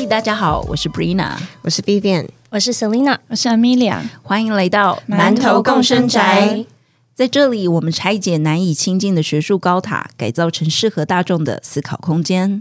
大家好，我是 Brina， 我是 Vivian， 我是 Selina， 我是 Amelia， 欢迎来到馒头共生宅。 在这里，我们拆解难以亲近的学术高塔，改造成适合大众的思考空间。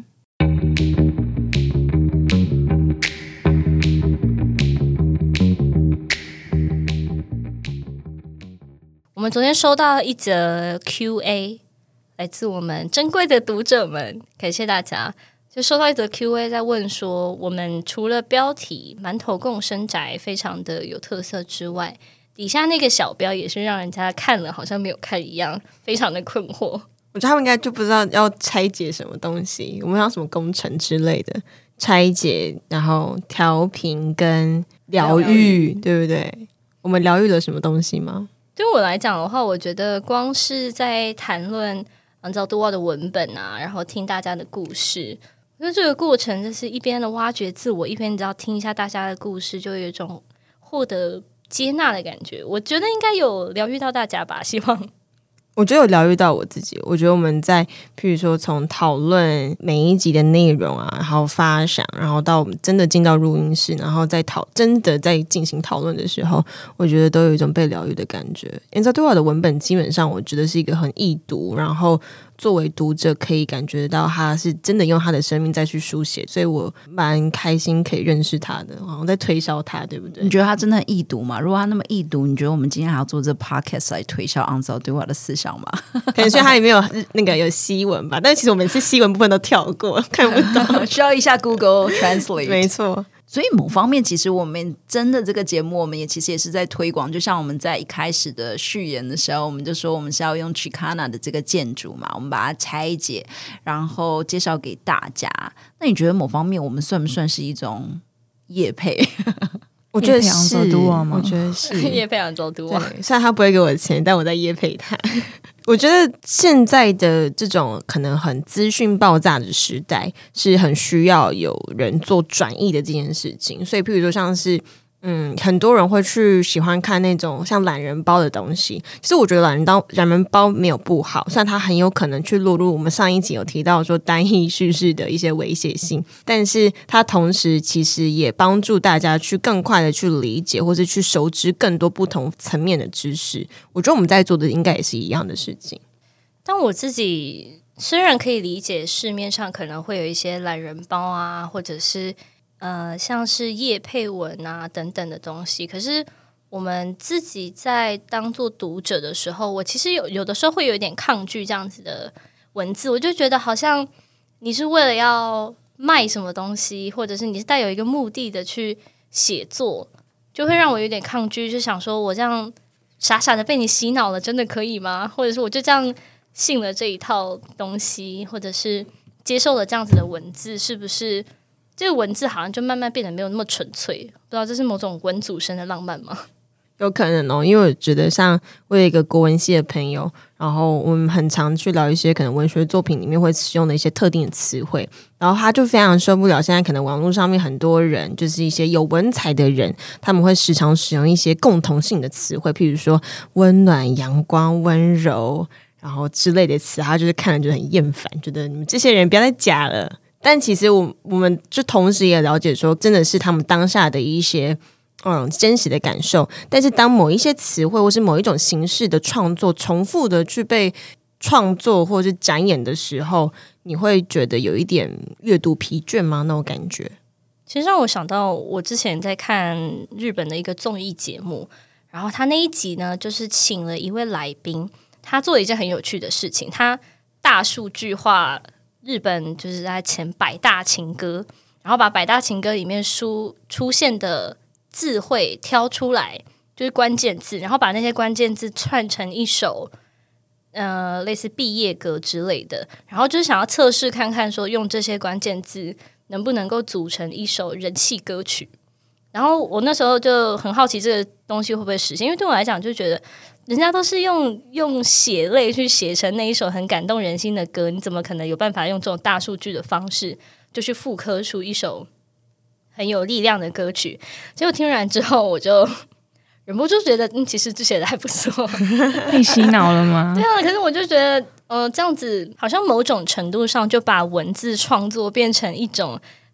我们昨天收到一则 QA， 来自我们珍贵的读者们，感谢大家。就收到一则 QA 在问说，我们除了标题馒头共生宅非常的有特色之外，底下那个小标也是让人家看了好像没有看一样，非常的困惑。 我觉得他们应该就不知道要拆解什么东西，我们要什么工程之类的拆解，然后调频跟疗愈，对不对？我们疗愈了什么东西吗？ 对我来讲的话，我觉得光是在谈论昂照多瓦的文本啊，然后听大家的故事，我觉得这个过程就是一边的挖掘自我，一边只要听一下大家的故事，就有一种获得接纳的感觉。我觉得应该有疗愈到大家吧，希望。 我觉得有疗愈到我自己。我觉得我们在譬如说从讨论每一集的内容啊，然后发想，然后到我们真的进到录音室，然后真的在进行讨论的时候，我觉得都有一种被疗愈的感觉。昂照多瓦的文本基本上我觉得是一个很易读，然后作为读者可以感觉到他是真的用他的生命再去书写，所以我蛮开心可以认识他的，好像在推销他，对不对？ 你觉得他真的很易读吗？如果他那么易读，你觉得我们今天还要做这 podcast 来推销昂照多瓦的思想吗？ 可能是它里面有西文吧，但是其实我每次西文部分都跳过，看不懂， 需要一下 Google Translate。 没错。 所以某方面其实我们真的这个节目我们其实也是在推广，就像我们在一开始的序言的时候，我们就说我们是要用 Chicana 的这个建筑嘛，我们把它拆解然后介绍给大家。那你觉得某方面我们算不算是一种业配？ 我觉得是， 我觉得是业配昂照多瓦。 虽然他不会给我钱，但我在业配他。我觉得现在的这种可能很资讯爆炸的时代，是很需要有人做转译的这件事情。所以譬如说像是很多人会去喜欢看那种像懒人包的东西。其实我觉得懒人包没有不好，虽然它很有可能去落入我们上一集有提到说单一叙事的一些危险性，但是它同时其实也帮助大家去更快的去理解，或是去熟知更多不同层面的知识。我觉得我们在做的应该也是一样的事情。 但我自己虽然可以理解市面上可能会有一些懒人包啊，或者是像是业配文啊等等的东西，可是我们自己在当做读者的时候，我其实有的时候会有一点抗拒这样子的文字，我就觉得好像你是为了要卖什么东西，或者是你是带有一个目的的去写作，就会让我有点抗拒，就想说我这样傻傻的被你洗脑了，真的可以吗？或者是我就这样信了这一套东西，或者是接受了这样子的文字，是不是这个文字好像就慢慢变得没有那么纯粹？不知道这是某种文组生的浪漫吗？ 有可能哦，因为我觉得像我有一个国文系的朋友，然后我们很常去聊一些可能文学作品里面会使用的一些特定的词汇，然后他就非常受不了现在可能网络上面很多人就是一些有文采的人，他们会时常使用一些共同性的词汇，譬如说温暖、阳光、温柔然后之类的词，他就是看了就很厌烦，觉得你们这些人不要再假了。但其实我们就同时也了解说，真的是他们当下的一些真实的感受。但是当某一些词汇或是某一种形式的创作重复的去被创作或是展演的时候，你会觉得有一点阅读疲倦吗？那种感觉其实让我想到我之前在看日本的一个综艺节目，然后他那一集呢就是请了一位来宾，他做了一件很有趣的事情，他大数据化日本就是在前100大情歌，然后把100大情歌里面出现的字汇挑出来，就是关键字，然后把那些关键字串成一首类似毕业歌之类的，然后就是想要测试看看说用这些关键字能不能够组成一首人气歌曲。然后我那时候就很好奇这个东西会不会实现，因为对我来讲就觉得人家都是用血泪去写成那一首很感动人心的歌，你怎么可能有办法用这种大数据的方式就去复刻出一首很有力量的歌曲？结果听完之后我就忍不住觉得其实这写的还不错。 被洗脑了吗？ 对啊，可是我就觉得这样子好像某种程度上就把文字创作变成一种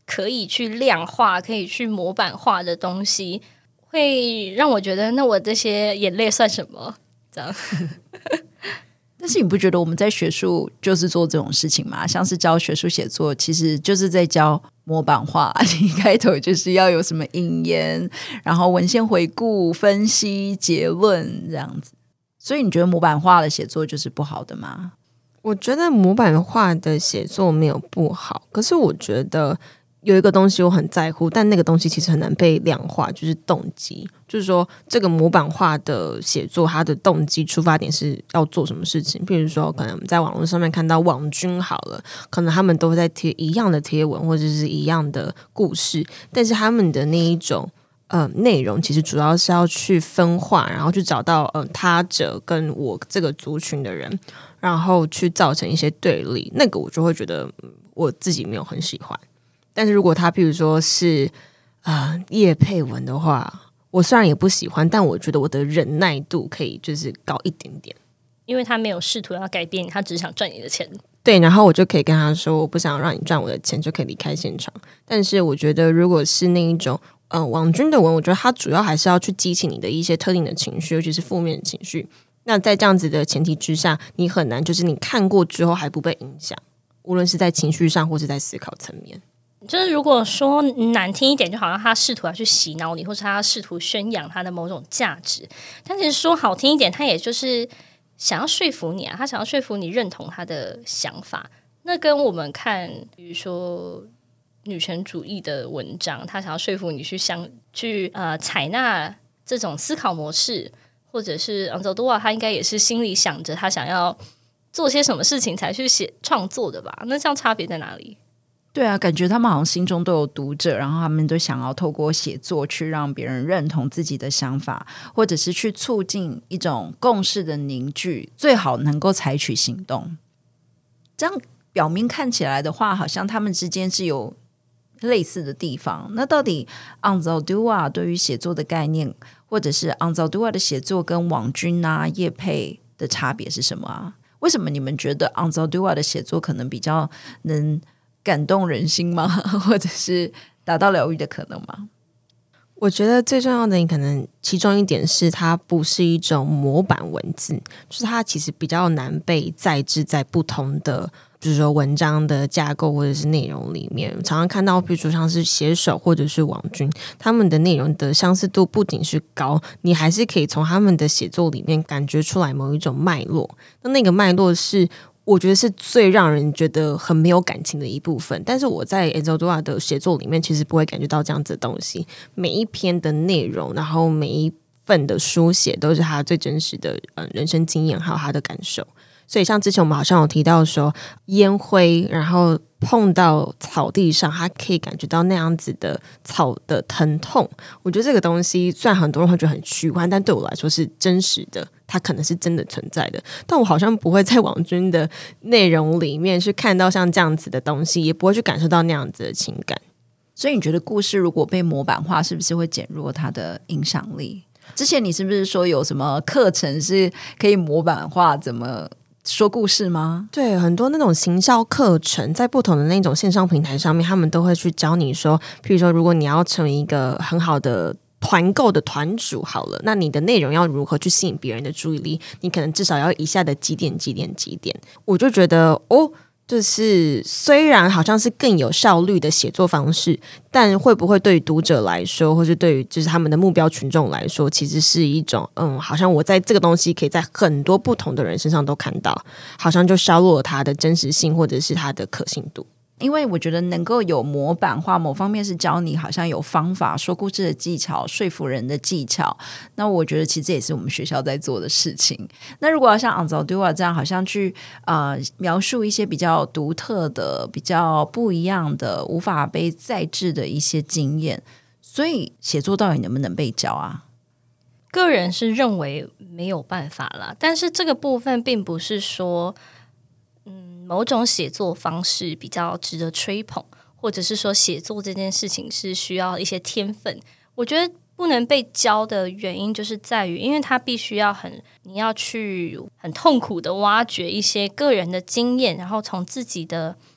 可以去量化、可以去模板化的东西，会让我觉得，那我这些眼泪算什么？这样。 但是你不觉得我们在学术就是做这种事情吗？像是教学术写作，其实就是在教模板化，你开头就是要有什么引言，然后文献回顾、分析、结论这样子。所以你觉得模板化的写作就是不好的吗？ 我觉得模板化的写作没有不好，可是我觉得有一个东西我很在乎，但那个东西其实很难被量化，就是动机。就是说这个模板化的写作，它的动机出发点是要做什么事情。譬如说可能在网络上面看到网军好了，可能他们都会在贴一样的贴文或者是一样的故事，但是他们的那一种内容其实主要是要去分化，然后去找到他者跟我这个族群的人，然后去造成一些对立，那个我就会觉得我自己没有很喜欢。但是如果他譬如说是业配文的话，我虽然也不喜欢，但我觉得我的忍耐度可以就是高一点点， 因为他没有试图要改变你，他只想赚你的钱。 对，然后我就可以跟他说我不想让你赚我的钱，就可以离开现场。但是我觉得如果是那一种网军的文，我觉得它主要还是要去激起你的一些特定的情绪，尤其是负面的情绪。那在这样子的前提之下，你很难就是你看过之后还不被影响，无论是在情绪上或是在思考层面。 就是如果说难听一点，就好像他试图要去洗脑你，或是他试图宣扬他的某种价值。但其实说好听一点，他也就是想要说服你啊，他想要说服你认同他的想法。那跟我们看比如说女权主义的文章，他想要说服你去采纳这种思考模式，或者是昂佐多瓦他应该也是心里想着他想要做些什么事情才去创作的吧。那这样差别在哪里？ 对啊，感觉他们好像心中都有读者，然后他们都想要透过写作去让别人认同自己的想法，或者是去促进一种共识的凝聚，最好能够采取行动。这样表面看起来的话，好像他们之间是有类似的地方。那到底昂佐多瓦对于写作的概念，或者是昂佐多瓦的写作跟网军啊、业配的差别是什么啊？为什么你们觉得昂佐多瓦的写作可能比较能感动人心吗？或者是达到疗愈的可能吗？ 我觉得最重要的可能其中一点是它不是一种模板文字，就是它其实比较难被再制在不同的比如说文章的架构或者是内容里面。常常看到比如说像是写手或者是网军，他们的内容的相似度不仅是高，你还是可以从他们的写作里面感觉出来某一种脉络。那个脉络是我觉得是最让人觉得很没有感情的一部分，但是我在 Angela 的写作里面其实不会感觉到这样子的东西。每一篇的内容，然后每一份的书写都是他最真实的人生经验还有他的感受。所以像之前我们好像有提到说烟灰然后碰到草地上，他可以感觉到那样子的草的疼痛。我觉得这个东西虽然很多人会觉得很虚幻，但对我来说是真实的，它可能是真的存在的。但我好像不会在网军的内容里面去看到像这样子的东西，也不会去感受到那样子的情感。 所以你觉得故事如果被模板化，是不是会减弱它的影响力？之前你是不是说有什么课程是可以模板化怎么说故事吗？ 对，很多那种行销课程在不同的那种线上平台上面，他们都会去教你说，譬如说如果你要成为一个很好的团购的团主好了，那你的内容要如何去吸引别人的注意力，你可能至少要以下的几点。我就觉得就是虽然好像是更有效率的写作方式，但会不会对于读者来说，或是对于就是他们的目标群众来说，其实是一种好像我在这个东西可以在很多不同的人身上都看到，好像就削弱了它的真实性或者是它的可信度。 因为我觉得能够有模板化，某方面是教你好像有方法说故事的技巧，说服人的技巧。那我觉得其实这也是我们学校在做的事情。那如果要像昂佐多瓦这样好像去描述一些比较独特的比较不一样的无法被再制的一些经验，所以写作到底能不能被教啊？ 个人是认为没有办法啦，但是这个部分并不是说某种写作方式比较值得吹捧，或者是说写作这件事情是需要一些天分。我觉得不能被教的原因就是在于，因为它必须要你要去很痛苦的挖掘一些个人的经验，然后从自己的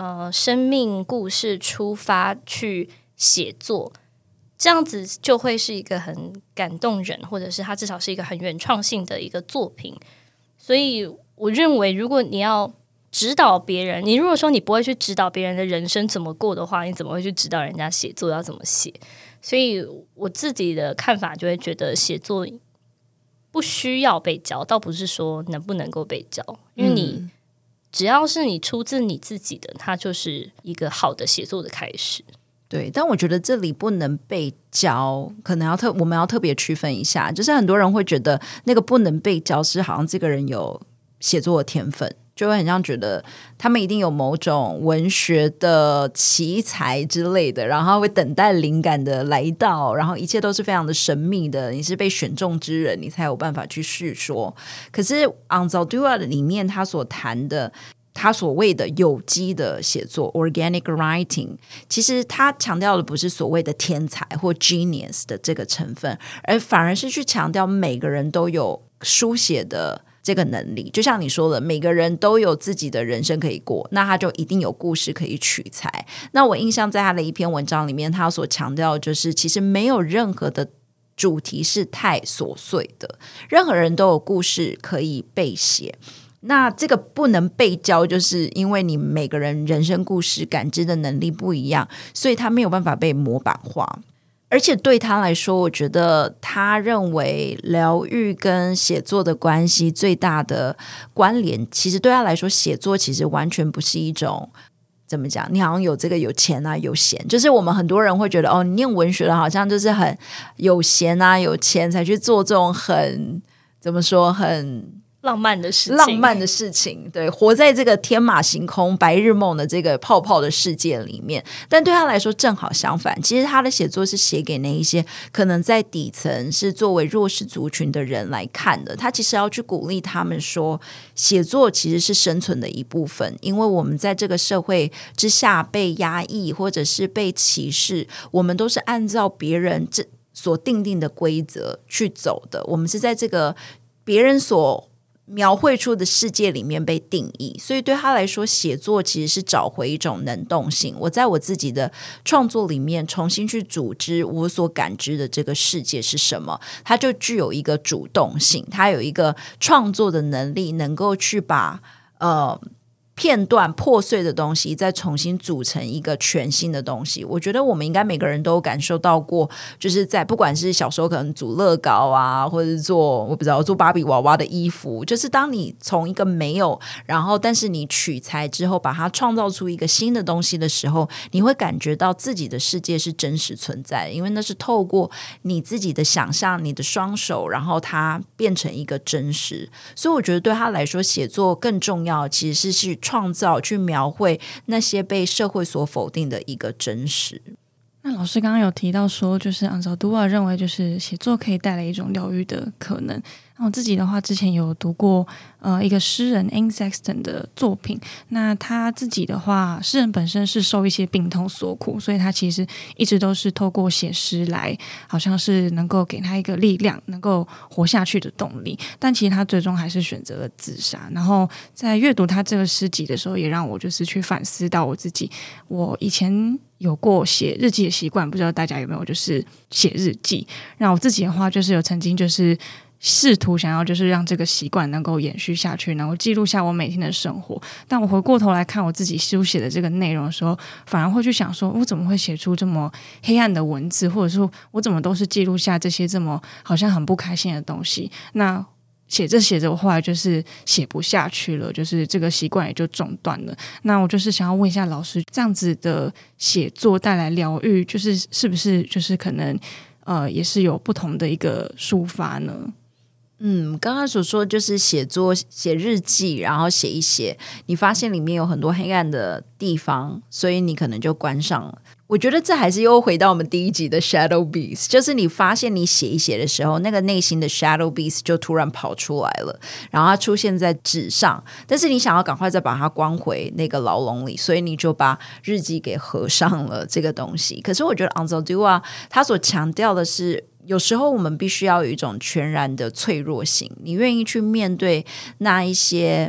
生命故事出发去写作，这样子就会是一个很感动人，或者是它至少是一个很原创性的一个作品。所以我认为如果你要指导别人，你如果说你不会去指导别人的人生怎么过的话，你怎么会去指导人家写作要怎么写？所以我自己的看法就会觉得写作不需要被教，倒不是说能不能够被教，因为你只要是你出自你自己的，它就是一个好的写作的开始。 对，但我觉得这里不能被教，可能我们要特别区分一下，就是很多人会觉得那个不能被教是好像这个人有写作的天分，就会很像觉得他们一定有某种文学的奇才之类的，然后会等待灵感的来到，然后一切都是非常的神秘的，你是被选中之人，你才有办法去叙说。可是 Anzaldúa 里面他所谈的他所谓的有机的写作 organic writing， 其实他强调的不是所谓的天才或 genius 的这个成分，而反而是去强调每个人都有书写的这个能力。就像你说的，每个人都有自己的人生可以过，那他就一定有故事可以取材。那我印象在他的一篇文章里面，他所强调的就是其实没有任何的主题是太琐碎的，任何人都有故事可以被写。那这个不能被教，就是因为你每个人人生故事感知的能力不一样，所以他没有办法被模板化。而且对他来说，我觉得他认为疗愈跟写作的关系最大的关联，其实对他来说，写作其实完全不是一种怎么讲，你好像有这个有钱啊有闲，就是我们很多人会觉得哦，你念文学的好像就是很有闲啊有钱才去做这种很怎么说很浪漫的事情， 对，活在这个天马行空白日梦的这个泡泡的世界里面。但对他来说正好相反，其实他的写作是写给那一些可能在底层是作为弱势族群的人来看的。他其实要去鼓励他们说，写作其实是生存的一部分，因为我们在这个社会之下被压抑或者是被歧视，我们都是按照别人所定定的规则去走的，我们是在这个别人所描绘出的世界里面被定义，所以对他来说，写作其实是找回一种能动性。我在我自己的创作里面重新去组织我所感知的这个世界是什么，它就具有一个主动性，它有一个创作的能力，能够去把片段破碎的东西再重新组成一个全新的东西。我觉得我们应该每个人都有感受到过，就是在不管是小时候可能组乐高啊，或者是做我不知道做芭比娃娃的衣服，就是当你从一个没有，然后但是你取材之后把它创造出一个新的东西的时候，你会感觉到自己的世界是真实存在的，因为那是透过你自己的想象，你的双手，然后它变成一个真实。所以我觉得对他来说，写作更重要其实是创造去描绘那些被社会所否定的一个真实。 那老师刚刚有提到说，就是 Anzaldúa 认为就是写作可以带来一种疗愈的可能。那我自己的话，之前有读过一个诗人 Anne Sexton 的作品。那他自己的话，诗人本身是受一些病痛所苦，所以他其实一直都是透过写诗来，好像是能够给他一个力量，能够活下去的动力。但其实他最终还是选择了自杀。然后在阅读他这个诗集的时候，也让我就是去反思到我自己，我以前有过写日记的习惯，不知道大家有没有就是写日记。那我自己的话，就是有曾经就是试图想要就是让这个习惯能够延续下去，能够记录下我每天的生活。但我回过头来看我自己书写的这个内容的时候，反而会去想说，我怎么会写出这么黑暗的文字，或者说我怎么都是记录下这些这么好像很不开心的东西。那写着写着，我后来就是写不下去了，就是这个习惯也就中断了。那我就是想要问一下老师，这样子的写作带来疗愈，就是是不是就是可能也是有不同的一个抒发呢？ 刚刚所说就是写作写日记，然后写一写，你发现里面有很多黑暗的地方，所以你可能就关上了。我觉得这还是又回到我们第一集的 Shadow Beast， 就是你发现你写一写的时候，那个内心的 Shadow Beast 就突然跑出来了，然后它出现在纸上，但是你想要赶快再把它关回那个牢笼里，所以你就把日记给合上了这个东西。可是我觉得 Anzaldúa 他所强调的是，有时候我们必须要有一种全然的脆弱性，你愿意去面对那一些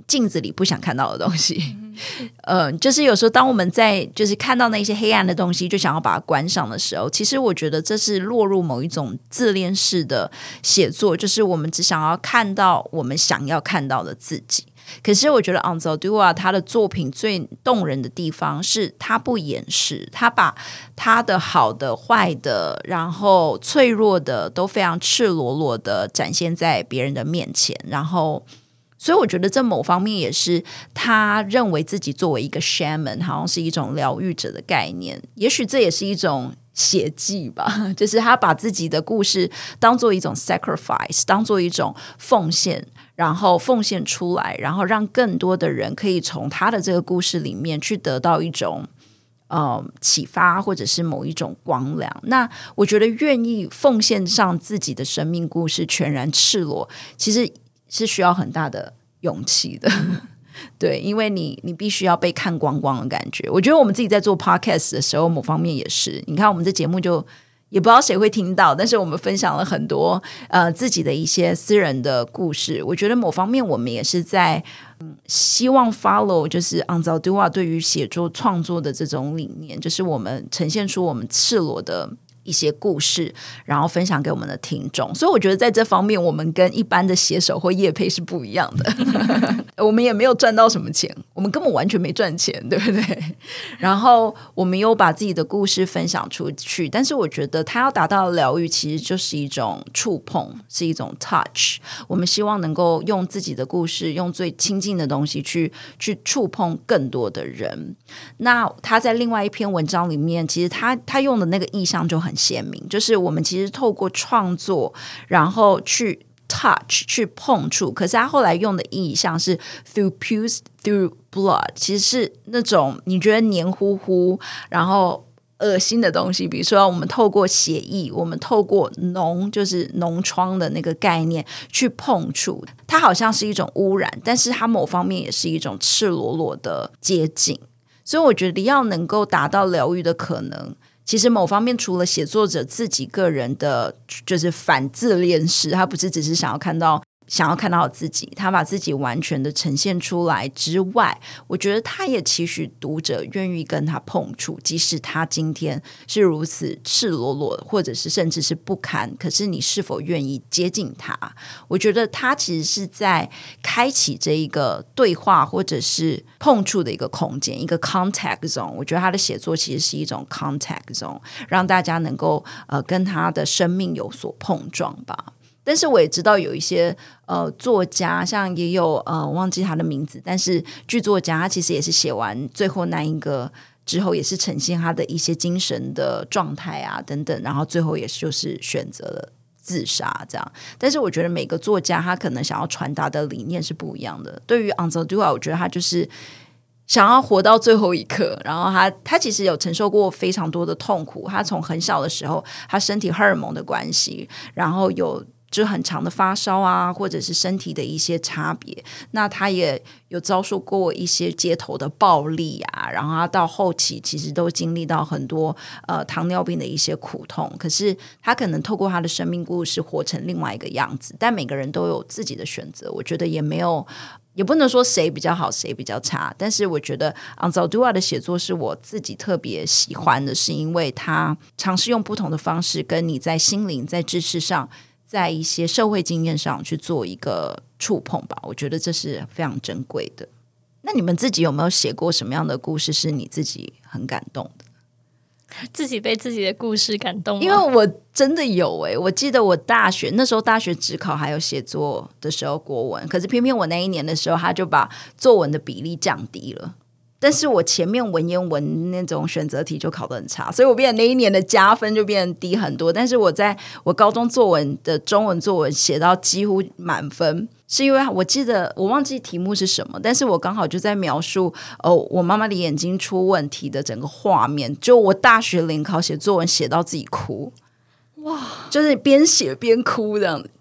镜子里不想看到的东西。就是有时候当我们在就是看到那些黑暗的东西就想要把它关上的时候，其实我觉得这是落入某一种自恋式的写作，就是我们只想要看到我们想要看到的自己。可是我觉得 Anzaldúa 他的作品最动人的地方是他不掩饰，他把他的好的坏的然后脆弱的都非常赤裸裸的展现在别人的面前，然后所以我觉得这某方面也是他认为自己作为一个 shaman 好像是一种疗愈者的概念，也许这也是一种血祭吧，就是他把自己的故事当做一种 sacrifice， 当做一种奉献，然后奉献出来，然后让更多的人可以从他的这个故事里面去得到一种启发，或者是某一种光亮。那我觉得愿意奉献上自己的生命故事全然赤裸，其实是需要很大的勇气的。对，因为你必须要被看光光的感觉。我觉得我们自己在做 podcast 的时候某方面也是，你看我们这节目就也不知道谁会听到，但是我们分享了很多自己的一些私人的故事。我觉得某方面我们也是在希望 follow 就是 Anzaldúa 对于写作创作的这种理念，就是我们呈现出我们赤裸的一些故事，然后分享给我们的听众。所以我觉得在这方面我们跟一般的写手或业配是不一样的。我们也没有赚到什么钱，我们根本完全没赚钱，对不对？然后我们又把自己的故事分享出去，但是我觉得它要达到疗愈其实就是一种触碰，是一种 touch。 我们希望能够用自己的故事，用最亲近的东西去触碰更多的人。那他在另外一篇文章里面，其实他用的那个意象就很鲜明，就是我们其实透过创作然后去 touch 去碰触，可是他后来用的意象是 through pus through blood， 其实是那种你觉得黏糊糊然后恶心的东西，比如说我们透过血液，我们透过脓，就是脓疮的那个概念去碰触，它好像是一种污染，但是它某方面也是一种赤裸裸的接近。所以我觉得要能够达到疗愈的可能，其实某方面除了写作者自己个人的就是反自恋式，他不是只是想要看到自己，他把自己完全的呈现出来之外，我觉得他也期许读者愿意跟他碰触，即使他今天是如此赤裸裸，或者是甚至是不堪，可是你是否愿意接近他？我觉得他其实是在开启这一个对话或者是碰触的一个空间，一个 contact zone。 我觉得他的写作其实是一种 contact zone， 让大家能够跟他的生命有所碰撞吧。但是我也知道有一些作家，像也有忘记他的名字，但是剧作家他其实也是写完最后那一个之后，也是呈现他的一些精神的状态啊等等，然后最后也就是选择了自杀这样。但是我觉得每个作家他可能想要传达的理念是不一样的。对于 Anzaldúa 我觉得他就是想要活到最后一刻，然后他其实有承受过非常多的痛苦。他从很小的时候，他身体荷尔蒙的关系，然后有就很长的发烧啊，或者是身体的一些差别，那他也有遭受过一些街头的暴力啊，然后他到后期其实都经历到很多糖尿病的一些苦痛，可是他可能透过他的生命故事活成另外一个样子。但每个人都有自己的选择，我觉得也不能说谁比较好谁比较差，但是我觉得 Anzaldúa 的写作是我自己特别喜欢的，是因为他尝试用不同的方式跟你在心灵在知识上在一些社会经验上去做一个触碰吧，我觉得这是非常珍贵的。那你们自己有没有写过什么样的故事是你自己很感动的？ 自己被自己的故事感动吗？ 因为我真的有我记得我那时候大学指考还有写作的时候国文，可是偏偏我那一年的时候他就把作文的比例降低了，但是我前面文言文那种选择题就考得很差，所以我变成那一年的加分就变低很多。但是我在我高中作文的中文作文写到几乎满分，是因为我记得我忘记题目是什么，但是我刚好就在描述我妈妈的眼睛出问题的整个画面，就我大学联考写作文写到自己哭，哇，就是边写边哭这样子。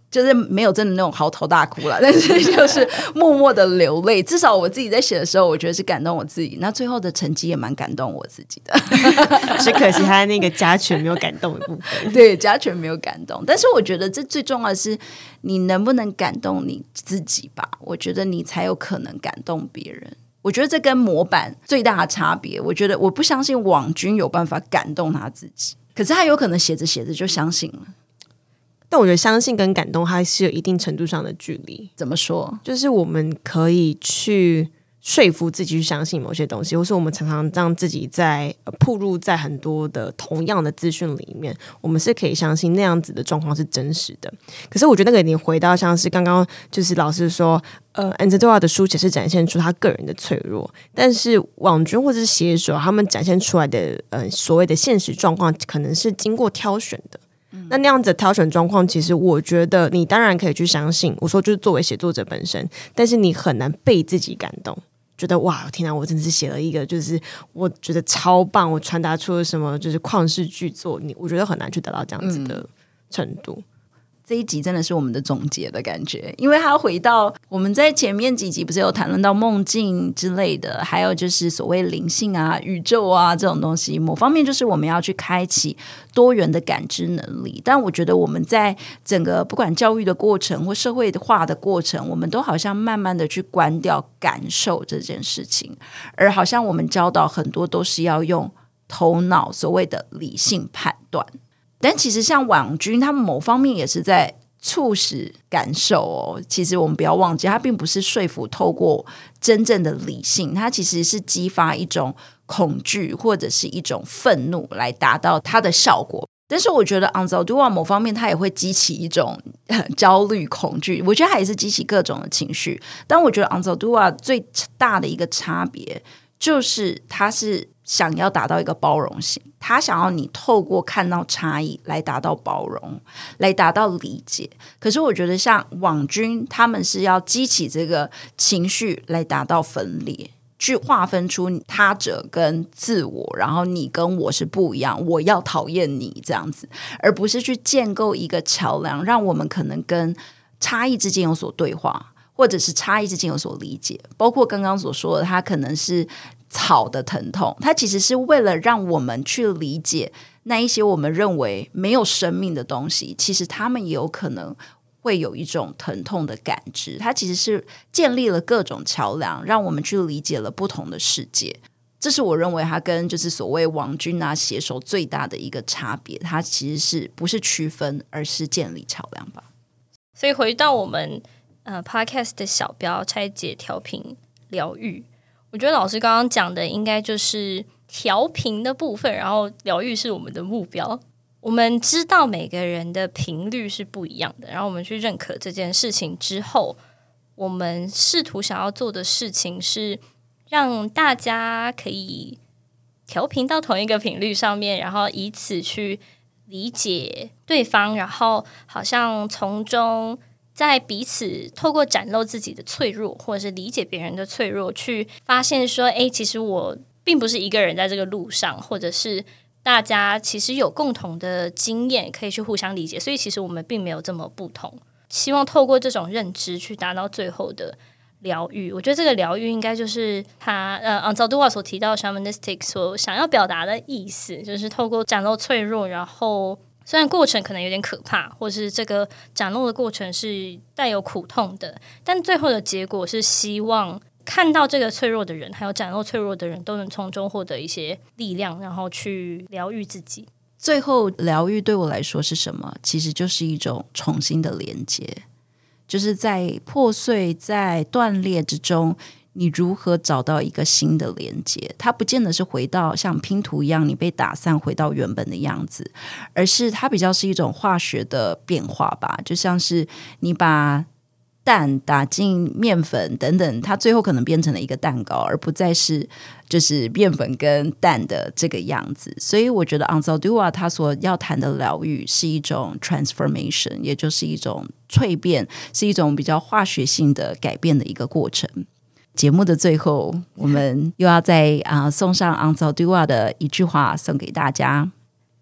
就是没有真的那种嚎啕大哭了，但是就是默默的流泪。至少我自己在写的时候，我觉得是感动我自己。那最后的成绩也蛮感动我自己的， 只可惜他那个加权没有感动的部分。 对，加权没有感动。但是我觉得这最重要的是，你能不能感动你自己吧？我觉得你才有可能感动别人。我觉得这跟模板最大的差别，我觉得我不相信网军有办法感动他自己，可是他有可能写着写着就相信了。 但我觉得相信跟感动还是有一定程度上的距离。 怎么说？ 就是我们可以去说服自己去相信某些东西，或是我们常常让自己在暴露在很多的同样的资讯里面，我们是可以相信那样子的状况是真实的。可是我觉得那个你回到像是刚刚就是老师说Anzaldúa 的书写是展现出他个人的脆弱，但是网军或者是写手他们展现出来的所谓的现实状况可能是经过挑选的。那样子的挑选状况，其实我觉得你当然可以去相信，我说就是作为写作者本身，但是你很难被自己感动，觉得哇天啊，我真的是写了一个就是我觉得超棒，我传达出了什么就是旷世巨作，我觉得很难去得到这样子的程度。 这一集真的是我们的总结的感觉，因为它回到我们在前面几集不是有谈论到梦境之类的，还有就是所谓灵性啊、宇宙啊这种东西，某方面就是我们要去开启多元的感知能力。但我觉得我们在整个不管教育的过程或社会化的过程，我们都好像慢慢的去关掉感受这件事情，而好像我们教导很多都是要用头脑所谓的理性判断。但其实像网军他们某方面也是在促使感受哦，其实我们不要忘记，它并不是说服透过真正的理性，它其实是激发一种恐惧或者是一种愤怒来达到它的效果。但是我觉得 Anzaldúa 某方面它也会激起一种焦虑恐惧，我觉得它也是激起各种的情绪。但我觉得 Anzaldúa 最大的一个差别就是它是想要达到一个包容性，他想要你透过看到差异来达到包容，来达到理解。可是我觉得像网军他们是要激起这个情绪来达到分裂，去划分出他者跟自我，然后你跟我是不一样，我要讨厌你这样子，而不是去建构一个桥梁，让我们可能跟差异之间有所对话，或者是差异之间有所理解。包括刚刚所说的，他可能是草的疼痛，它其实是为了让我们去理解那一些我们认为没有生命的东西，其实他们也有可能会有一种疼痛的感知。它其实是建立了各种桥梁，让我们去理解了不同的世界。这是我认为它跟就是所谓网军啊写手最大的一个差别，它其实是不是区分，而是建立桥梁吧。 所以回到我们podcast 的小标拆解调频疗愈，我觉得老师刚刚讲的应该就是调频的部分，然后疗愈是我们的目标。我们知道每个人的频率是不一样的，然后我们去认可这件事情之后，我们试图想要做的事情是让大家可以调频到同一个频率上面，然后以此去理解对方，然后好像从中在彼此透过展露自己的脆弱，或者是理解别人的脆弱，去发现说其实我并不是一个人在这个路上，或者是大家其实有共同的经验可以去互相理解，所以其实我们并没有这么不同。希望透过这种认知去达到最后的疗愈。我觉得这个疗愈应该就是他Anzaldúa 所提到 shamanistic 所想要表达的意思，就是透过展露脆弱，然后虽然过程可能有点可怕，或是这个展露的过程是带有苦痛的，但最后的结果是希望看到这个脆弱的人还有展露脆弱的人都能从中获得一些力量，然后去疗愈自己。 最后疗愈对我来说是什么？其实就是一种重新的连接，就是在破碎在断裂之中，你如何找到一个新的连接。它不见得是回到像拼图一样你被打散回到原本的样子，而是它比较是一种化学的变化吧，就像是你把蛋打进面粉等等，它最后可能变成了一个蛋糕，而不再是就是面粉跟蛋的这个样子。所以我觉得 Anzaldúa 他所要谈的疗愈是一种 transformation， 也就是一种蜕变，是一种比较化学性的改变的一个过程。节目的最后，我们又要再送上 Anzaldúa 的一句话送给大家。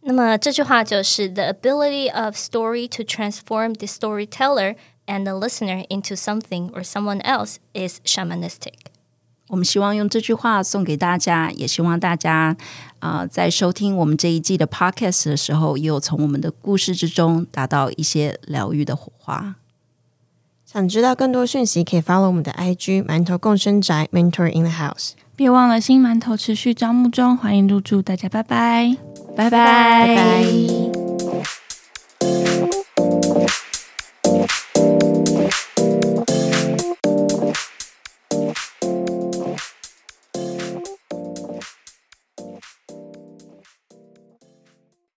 那么这句话就是 The ability of story to transform the storyteller and the listener into something or someone else is shamanistic。 我们希望用这句话送给大家，也希望大家在收听我们这一季的 podcast 的时候，也有从我们的故事之中达到一些疗愈的火花。 想知道更多讯息，可以 follow 我们的 IG 馒头共生宅 Mentor in the House。 别忘了新馒头持续招募中，欢迎入驻，大家拜拜， 拜拜。 拜拜。